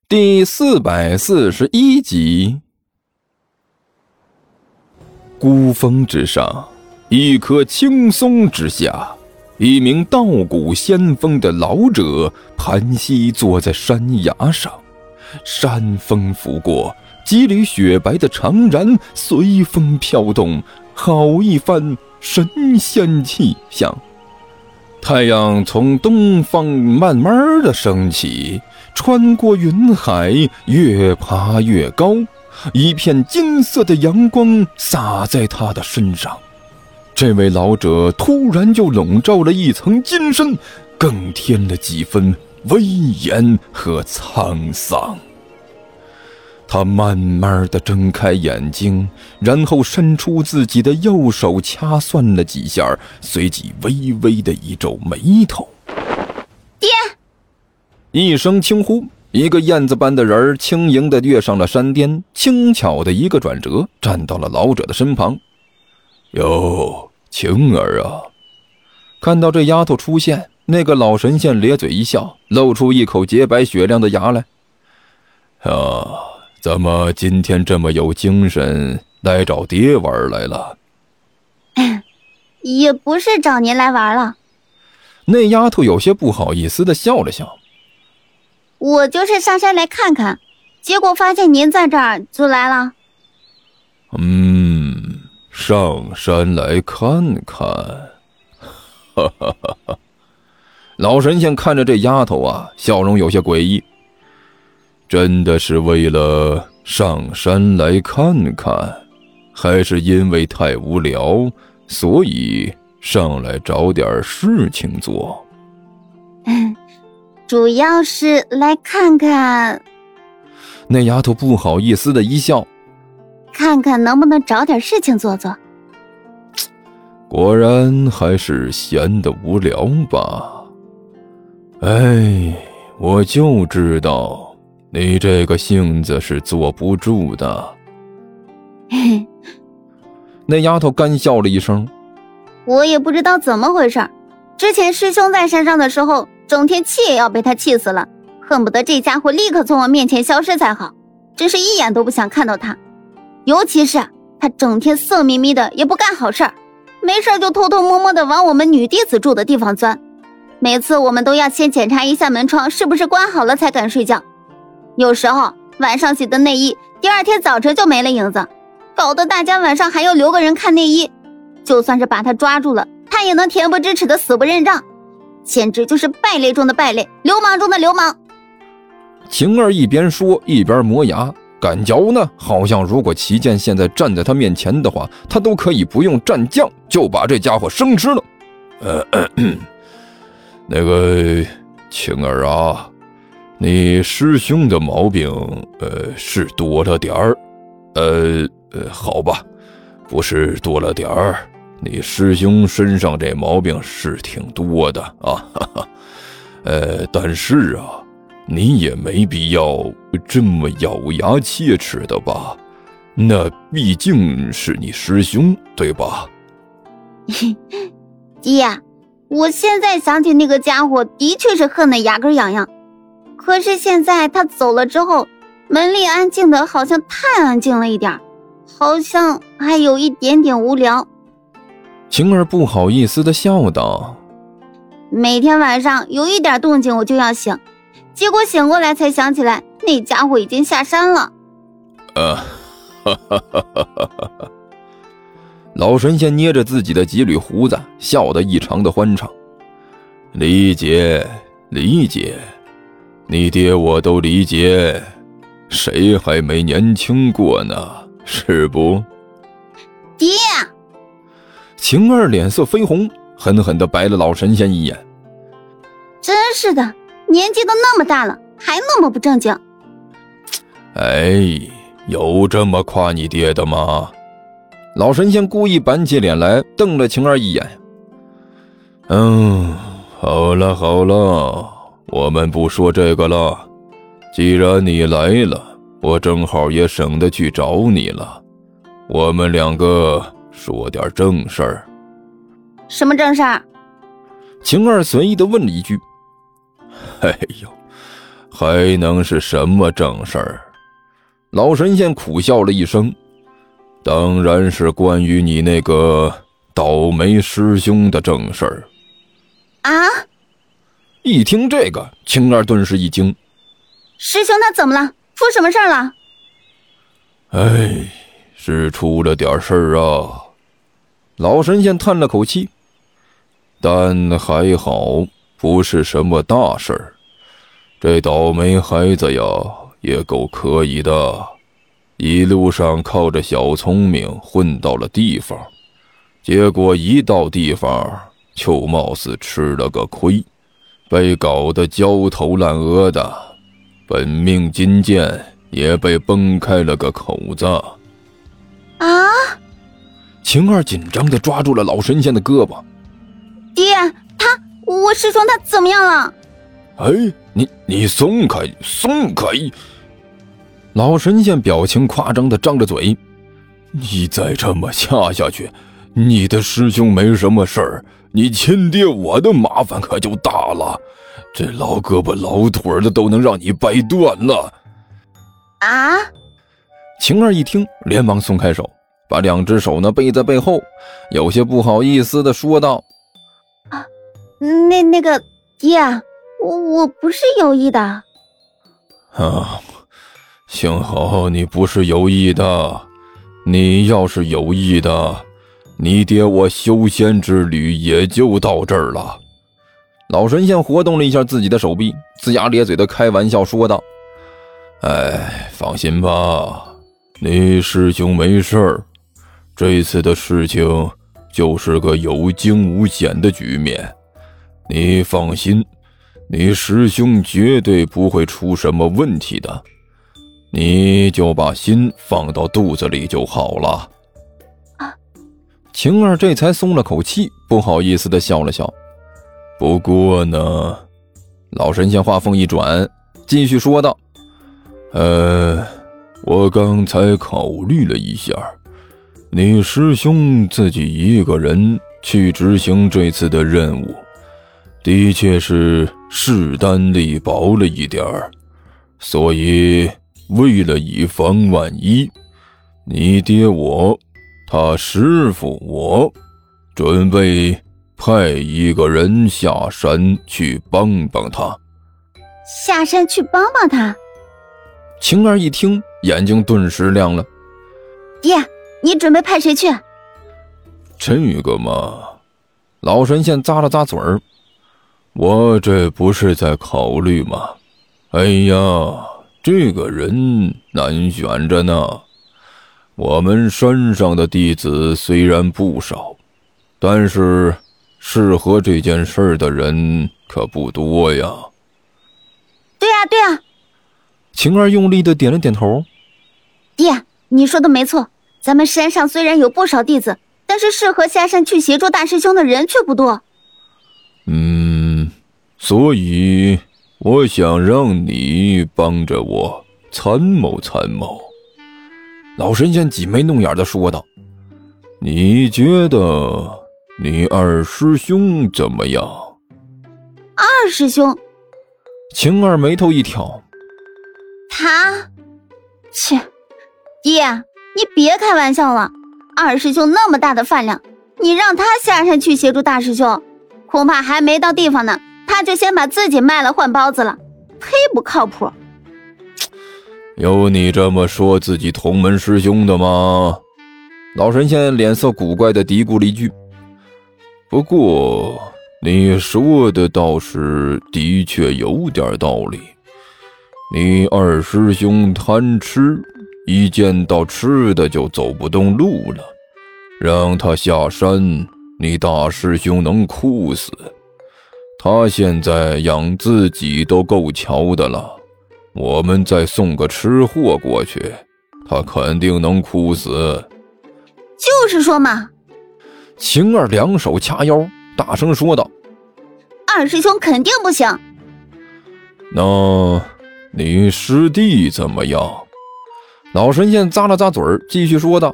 第441集。孤峰之上，一棵青松之下，一名道骨仙风的老者盘膝坐在山崖上，山风拂过，几缕雪白的长髯随风飘动，好一番神仙气象。太阳从东方慢慢的升起，穿过云海，越爬越高，一片金色的阳光洒在他的身上。这位老者突然就笼罩了一层金身，更添了几分威严和沧桑。他慢慢地睁开眼睛，然后伸出自己的右手掐算了几下，随即微微的一皱眉头。 爹！ 一声轻呼，一个燕子般的人儿轻盈地跃上了山巅，轻巧的一个转折，站到了老者的身旁。哟，晴儿啊！看到这丫头出现，那个老神仙咧嘴一笑，露出一口洁白雪亮的牙来。怎么今天这么有精神，来找爹玩来了？ 也不是找您来玩了。 那丫头有些不好意思地笑了笑。 我就是上山来看看，结果发现您在这儿，就来了。 上山来看看。哈哈哈哈。老神仙看着这丫头啊，笑容有些诡异。真的是为了上山来看看，还是因为太无聊，所以上来找点事情做？ 主要是来看看。 那丫头不好意思的一笑， 看看能不能找点事情做做。 果然还是闲得无聊吧。我就知道你这个性子是坐不住的。那丫头干笑了一声。 我也不知道怎么回事，之前师兄在山上的时候，整天气也要被他气死了，恨不得这家伙立刻从我面前消失才好，真是一眼都不想看到他。尤其是他整天色眯眯的，也不干好事儿，没事就偷偷摸摸的往我们女弟子住的地方钻。每次我们都要先检查一下门窗是不是关好了才敢睡觉。有时候晚上洗的内衣，第二天早晨就没了影子，搞得大家晚上还要留个人看内衣。就算是把他抓住了，他也能恬不知耻的死不认账，简直就是败类中的败类，流氓中的流氓。 晴儿一边说一边磨牙，感觉呢好像如果齐健现在站在他面前的话，他都可以不用蘸酱就把这家伙生吃了。那个晴儿啊，你师兄的毛病是多了点儿。好吧，不是多了点儿，你师兄身上这毛病是挺多的啊。但是啊，你也没必要这么咬牙切齿的吧？那毕竟是你师兄，对吧？ 爹，我现在想起那个家伙，的确是恨得牙根痒痒。可是现在他走了之后，门里安静的好像太安静了一点，好像还有一点点无聊。 晴儿不好意思地笑道： 每天晚上有一点动静我就要醒，结果醒过来才想起来，那家伙已经下山了。 老神仙捏着自己的几缕胡子，笑得异常的欢畅。理解，你爹我都理解，谁还没年轻过呢，是不？ 爹！ 晴儿脸色绯红，狠狠地白了老神仙一眼。 真是的，年纪都那么大了，还那么不正经。 有这么夸你爹的吗？老神仙故意板起脸来，瞪了晴儿一眼。好了，我们不说这个了。既然你来了，我正好也省得去找你了。我们两个说点正事儿。 什么正事儿？ 晴儿随意地问了一句。 还能是什么正事儿？老神仙苦笑了一声，当然是关于你那个倒霉师兄的正事儿。 啊！ 一听这个，青儿顿时一惊。 师兄他怎么了？出什么事儿了？ 哎，是出了点事儿啊。老神仙叹了口气，但还好不是什么大事儿。这倒霉孩子呀，也够可以的，一路上靠着小聪明混到了地方，结果一到地方就貌似吃了个亏，被搞得焦头烂额的，本命金剑也被崩开了个口子。 啊！ 晴儿紧张地抓住了老神仙的胳膊。 爹，我师兄他怎么样了？ 哎，你松开，松开！老神仙表情夸张地张着嘴。你再这么下去，你的师兄没什么事儿，你亲爹我的麻烦可就大了。这老胳膊老腿的都能让你掰断了。 啊！ 晴儿一听，连忙松开手，把两只手呢背在背后，有些不好意思地说道： 那个爹，我不是有意的。 啊，幸好你不是有意的，你要是有意的，你爹我修仙之旅也就到这儿了。老神仙活动了一下自己的手臂，龇牙咧嘴的开玩笑说道：哎，放心吧，你师兄没事儿，这次的事情就是个有惊无险的局面，你放心，你师兄绝对不会出什么问题的，你就把心放到肚子里就好了。晴儿这才松了口气，不好意思地笑了笑。不过呢，老神仙话锋一转，继续说道：我刚才考虑了一下，你师兄自己一个人去执行这次的任务，的确是势单力薄了一点儿，所以为了以防万一，你爹我，他师傅我，准备派一个人下山去帮帮他。 下山去帮帮他？ 晴儿一听，眼睛顿时亮了。 爹，你准备派谁去？ 这个嘛，老神仙咂了咂嘴儿，我这不是在考虑吗？哎呀，这个人难选着呢。我们山上的弟子虽然不少，但是适合这件事儿的人可不多呀。 对啊， 晴儿用力地点了点头。 爹，你说的没错，咱们山上虽然有不少弟子，但是适合下山去协助大师兄的人却不多。 所以我想让你帮着我参谋参谋。老神仙挤眉弄眼地说道：你觉得你二师兄怎么样？ 二师兄？ 晴儿眉头一挑， 他？切，爹，你别开玩笑了，二师兄那么大的饭量，你让他下山去协助大师兄，恐怕还没到地方呢，他就先把自己卖了换包子了，忒不靠谱。 有你这么说自己同门师兄的吗？老神仙脸色古怪地嘀咕了一句。不过你说的倒是的确有点道理，你二师兄贪吃，一见到吃的就走不动路了，让他下山，你大师兄能哭死。他现在养自己都够瞧的了，我们再送个吃货过去，他肯定能哭死。 就是说嘛。 晴儿两手掐腰，大声说道： 二师兄肯定不行。 那你师弟怎么样？老神仙咂了咂嘴儿，继续说道：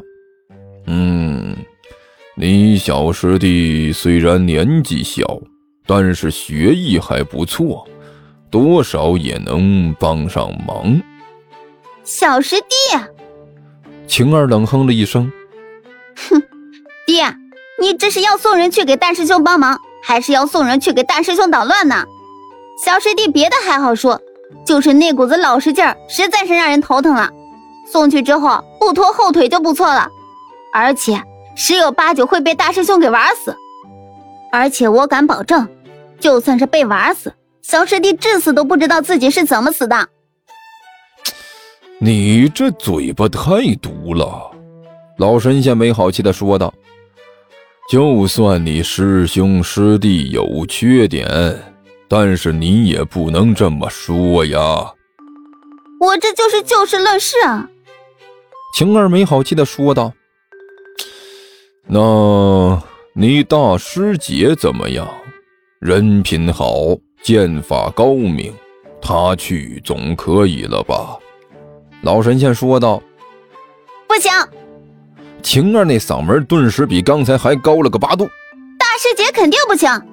你小师弟虽然年纪小，但是学艺还不错， 多少也能帮上忙。 小师弟， 晴儿冷哼了一声， 哼，爹，你这是要送人去给大师兄帮忙，还是要送人去给大师兄捣乱呢？小师弟别的还好说，就是那股子老实劲儿实在是让人头疼了。送去之后不拖后腿就不错了，而且十有八九会被大师兄给玩死。而且我敢保证，就算是被玩死，小师弟至死都不知道自己是怎么死的。 你这嘴巴太毒了，老神仙没好气地说道。就算你师兄师弟有缺点，但是你也不能这么说呀。 我这就是就事论事啊。 晴儿没好气地说道。那你大师姐怎么样？人品好，剑法高明，她去总可以了吧？老神仙说道。 不行。 晴儿那嗓门顿时比刚才还高了个8度。 大师姐肯定不行，